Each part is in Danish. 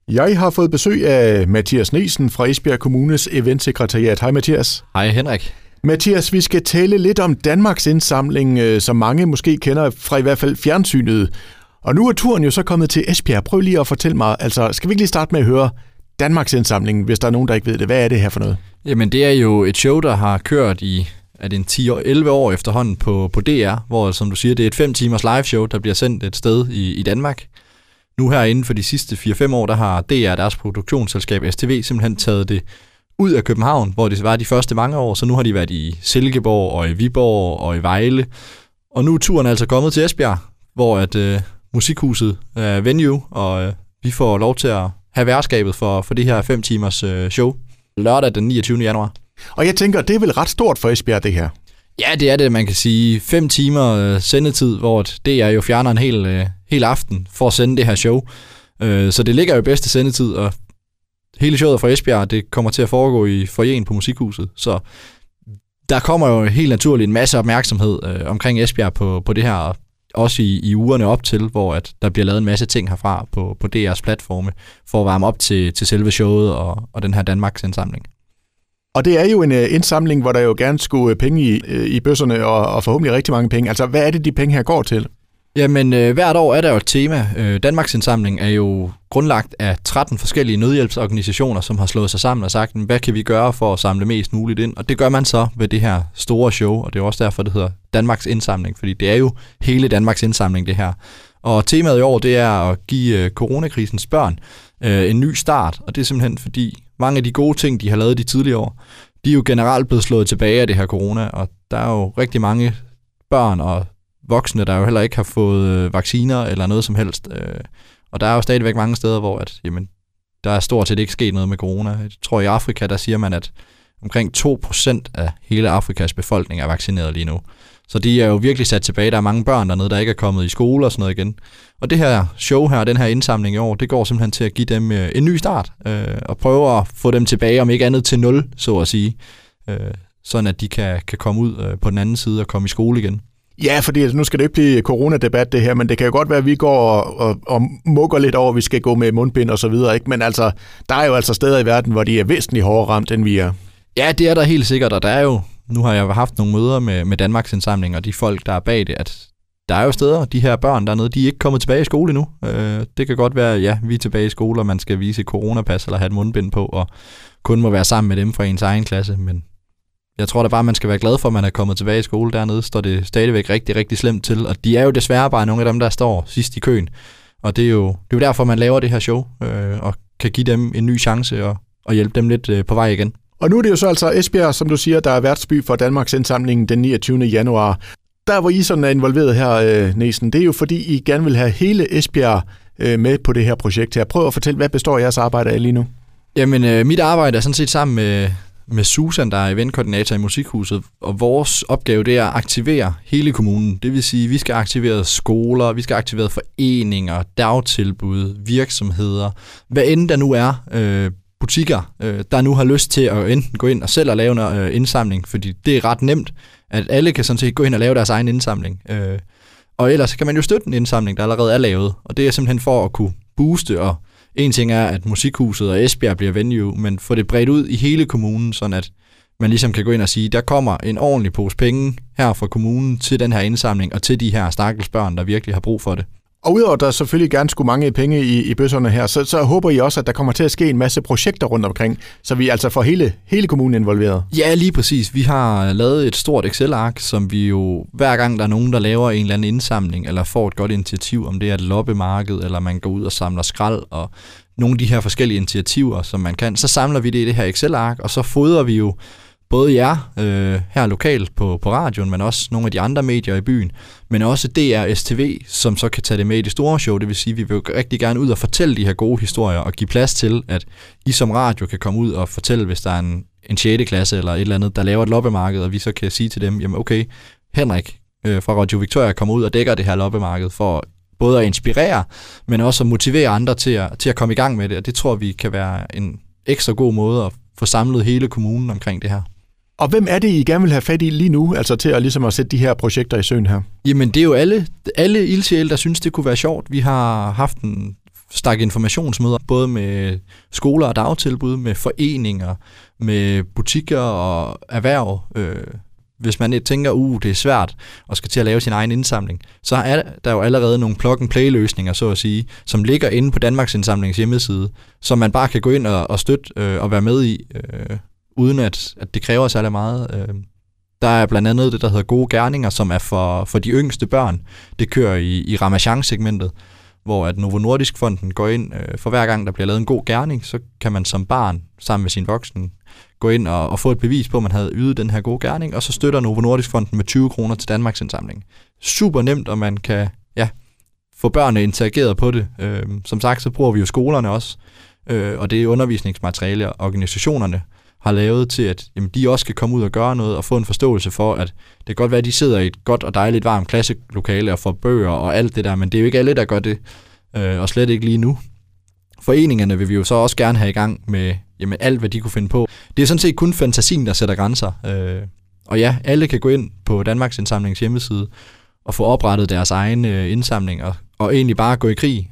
Jeg har fået besøg af Mathias Nielsen fra Esbjerg Kommunes eventsekretariat. Hej Mathias. Hej Henrik. Mathias, vi skal tale lidt om Danmarks indsamling, som mange måske kender fra i hvert fald fjernsynet. Og nu er turen jo så kommet til Esbjerg. Prøv lige at fortælle mig, altså skal vi ikke lige starte med at høre Danmarks indsamling, hvis der er nogen, der ikke ved det. Hvad er det her for noget? Jamen det er jo et show, der har kørt i 10-11 år efterhånden på DR, hvor som du siger, det er et 5 timers live show, der bliver sendt et sted i Danmark. Nu her inden for de sidste 4-5 år, der har DR, deres produktionsselskab STV, simpelthen taget det ud af København, hvor det var de første mange år, så nu har de været i Silkeborg og i Viborg og i Vejle. Og nu er turen altså kommet til Esbjerg, hvor at Musikhuset er venue, og vi får lov til at have værtskabet for det her 5 timers show lørdag den 29. januar. Og jeg tænker, det er vel ret stort for Esbjerg, det her? Ja, det er det, man kan sige. 5 timer sendetid, hvor DR jo fjerner en hel aften for at sende det her show. Så det ligger jo bedste sendetid, og hele showet fra Esbjerg, det kommer til at foregå i foyeren på Musikhuset. Så der kommer jo helt naturligt en masse opmærksomhed omkring Esbjerg på det her, også i ugerne op til, hvor at der bliver lavet en masse ting herfra på DR's platforme, for at varme op til selve showet og den her Danmarks indsamling. Og det er jo en indsamling, hvor der jo gerne skulle penge i bøsserne, og forhåbentlig rigtig mange penge. Altså, hvad er det, de penge her går til? Jamen, hvert år er der jo et tema. Danmarks indsamling er jo grundlagt af 13 forskellige nødhjælpsorganisationer, som har slået sig sammen og sagt, hvad kan vi gøre for at samle mest muligt ind? Og det gør man så ved det her store show, og det er også derfor, det hedder Danmarks indsamling, fordi det er jo hele Danmarks indsamling, det her. Og temaet i år, det er at give coronakrisens børn en ny start, og det er simpelthen fordi mange af de gode ting, de har lavet de tidligere år, de er jo generelt blevet slået tilbage af det her corona, og der er jo rigtig mange børn og voksne, der jo heller ikke har fået vacciner eller noget som helst. Og der er jo stadigvæk mange steder, hvor der er stort set ikke sket noget med corona. Jeg tror i Afrika, der siger man, at omkring 2% af hele Afrikas befolkning er vaccineret lige nu. Så de er jo virkelig sat tilbage. Der er mange børn dernede, der ikke er kommet i skole og sådan noget igen. Og det her show her, den her indsamling i år, det går simpelthen til at give dem en ny start, og prøve at få dem tilbage, om ikke andet til 0, så at sige. Sådan at de kan komme ud på den anden side og komme i skole igen. Ja, fordi nu skal det ikke blive coronadebat det her, men det kan jo godt være, at vi går og mukker lidt over, at vi skal gå med mundbind og så videre, ikke? Men altså, der er jo altså steder i verden, hvor de er væsentligt hårdere ramt, end vi er. Ja, det er der helt sikkert, og der er jo, nu har jeg haft nogle møder med Danmarks indsamling og de folk, der er bag det, at der er jo steder, de her børn dernede, de er ikke kommet tilbage i skole endnu. Det kan godt være, ja, vi er tilbage i skole, og man skal vise et coronapas eller have et mundbind på, og kun må være sammen med dem fra ens egen klasse, men jeg tror da bare, man skal være glad for, at man er kommet tilbage i skole. Dernede står det stadigvæk rigtig, rigtig slemt til, og de er jo desværre bare nogle af dem, der står sidst i køen. Og det er jo derfor, man laver det her show, og kan give dem en ny chance og hjælpe dem lidt på vej igen. Og nu er det jo så altså Esbjerg, som du siger, der er værtsby for Danmarks indsamling den 29. januar. Der, hvor I sådan er involveret her, Nielsen, det er jo fordi, I gerne vil have hele Esbjerg med på det her projekt her. Prøv at fortælle, hvad består jeres arbejde af lige nu? Jamen, mit arbejde er sådan set sammen med Susan, der er eventkoordinator i Musikhuset, og vores opgave, det er at aktivere hele kommunen. Det vil sige, at vi skal aktivere skoler, vi skal aktivere foreninger, dagtilbud, virksomheder, hvad end der nu er, butikker, der nu har lyst til at enten gå ind og selv og lave en indsamling, fordi det er ret nemt, at alle kan sådan set gå ind og lave deres egen indsamling. Og ellers kan man jo støtte en indsamling, der allerede er lavet, og det er simpelthen for at kunne booste, og en ting er, at Musikhuset og Esbjerg bliver venue, men få det bredt ud i hele kommunen, sådan at man ligesom kan gå ind og sige, der kommer en ordentlig pose penge her fra kommunen til den her indsamling, og til de her stakkels børn, der virkelig har brug for det. Og udover at der selvfølgelig gerne skulle mange penge i bøsserne her, så håber I også, at der kommer til at ske en masse projekter rundt omkring, så vi altså får hele kommunen involveret. Ja, lige præcis. Vi har lavet et stort Excel-ark, som vi jo, hver gang der er nogen, der laver en eller anden indsamling, eller får et godt initiativ, om det er et loppemarked, eller man går ud og samler skrald, og nogle af de her forskellige initiativer, som man kan, så samler vi det i det her Excel-ark, og så fodrer vi jo både jer her lokalt på radioen, men også nogle af de andre medier i byen, men også DR STV, som så kan tage det med i det store show. Det vil sige, at vi vil rigtig gerne ud og fortælle de her gode historier, og give plads til, at I som radio kan komme ud og fortælle, hvis der er en 6. klasse eller et eller andet, der laver et loppemarked, og vi så kan sige til dem, jamen okay, Henrik fra Radio Victoria kommer ud og dækker det her loppemarked for både at inspirere, men også at motivere andre til at komme i gang med det, og det tror vi kan være en ekstra god måde at få samlet hele kommunen omkring det her. Og hvem er det, I gerne vil have fat i lige nu, altså til at sætte de her projekter i søen her? Jamen, det er jo alle ildsjæle, der synes, det kunne være sjovt. Vi har haft stak informationsmøder, både med skoler og dagtilbud, med foreninger, med butikker og erhverv. Hvis man tænker, det er svært og skal til at lave sin egen indsamling, så er der jo allerede nogle plug-and-play-løsninger, så at sige, som ligger inde på Danmarks Indsamlings hjemmeside, som man bare kan gå ind og støtte og være med i, uden at det kræver særlig meget. Der er blandt andet det, der hedder Gode Gerninger, som er for de yngste børn. Det kører i Ramachan-segmentet, hvor at Novo Nordisk Fonden går ind, for hver gang der bliver lavet en god gerning, så kan man som barn sammen med sin voksen gå ind og få et bevis på, at man havde ydet den her gode gerning, og så støtter Novo Nordisk Fonden med 20 kroner til Danmarks Indsamling. Super nemt, og man kan få børnene interageret på det. Som sagt, så bruger vi jo skolerne også, og det er undervisningsmateriale, og organisationerne har lavet til, at de også skal komme ud og gøre noget, og få en forståelse for, at det kan godt være, at de sidder i et godt og dejligt varmt klasselokale og får bøger og alt det der, men det er jo ikke alle, der gør det, og slet ikke lige nu. Foreningerne vil vi jo så også gerne have i gang med alt, hvad de kunne finde på. Det er sådan set kun fantasien, der sætter grænser. Og ja, alle kan gå ind på Danmarks Indsamlings hjemmeside og få oprettet deres egen indsamling, og egentlig bare gå i krig.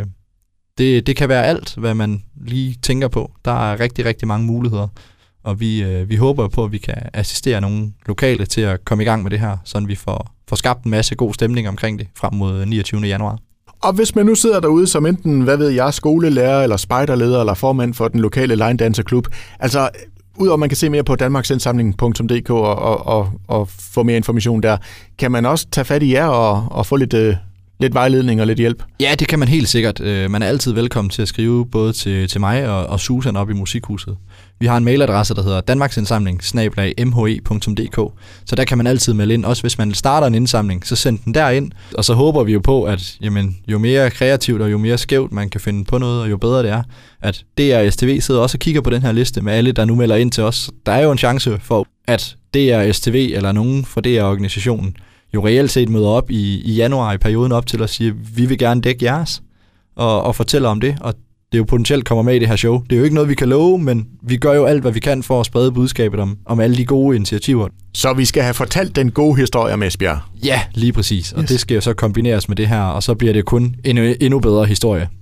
Det kan være alt, hvad man lige tænker på. Der er rigtig, rigtig mange muligheder, og vi håber på, at vi kan assistere nogle lokale til at komme i gang med det her, så vi får skabt en masse god stemning omkring det frem mod 29. januar. Og hvis man nu sidder derude som enten, skolelærer eller spejderleder eller formand for den lokale line dancerklub, altså udover man kan se mere på danmarksindsamling.dk og få mere information der, kan man også tage fat i jer og få lidt vejledning og lidt hjælp? Ja, det kan man helt sikkert. Man er altid velkommen til at skrive både til mig og Susan op i Musikhuset. Vi har en mailadresse, der hedder danmarksindsamling@mhe.dk, så der kan man altid melde ind. Også hvis man starter en indsamling, så send den derind, og så håber vi jo på, at jo mere kreativt og jo mere skævt man kan finde på noget, og jo bedre det er, at DR-STV sidder også og kigger på den her liste med alle, der nu melder ind til os. Der er jo en chance for, at DR-STV eller nogen fra DR-organisationen jo reelt set møder op i januar i perioden op til at sige, vi vil gerne dække jeres, og fortælle om det, og det jo potentielt kommer med i det her show. Det er jo ikke noget, vi kan love, men vi gør jo alt, hvad vi kan for at sprede budskabet om alle de gode initiativer. Så vi skal have fortalt den gode historie om Esbjerg? Ja, lige præcis. Og det skal jo så kombineres med det her, og så bliver det kun en endnu bedre historie.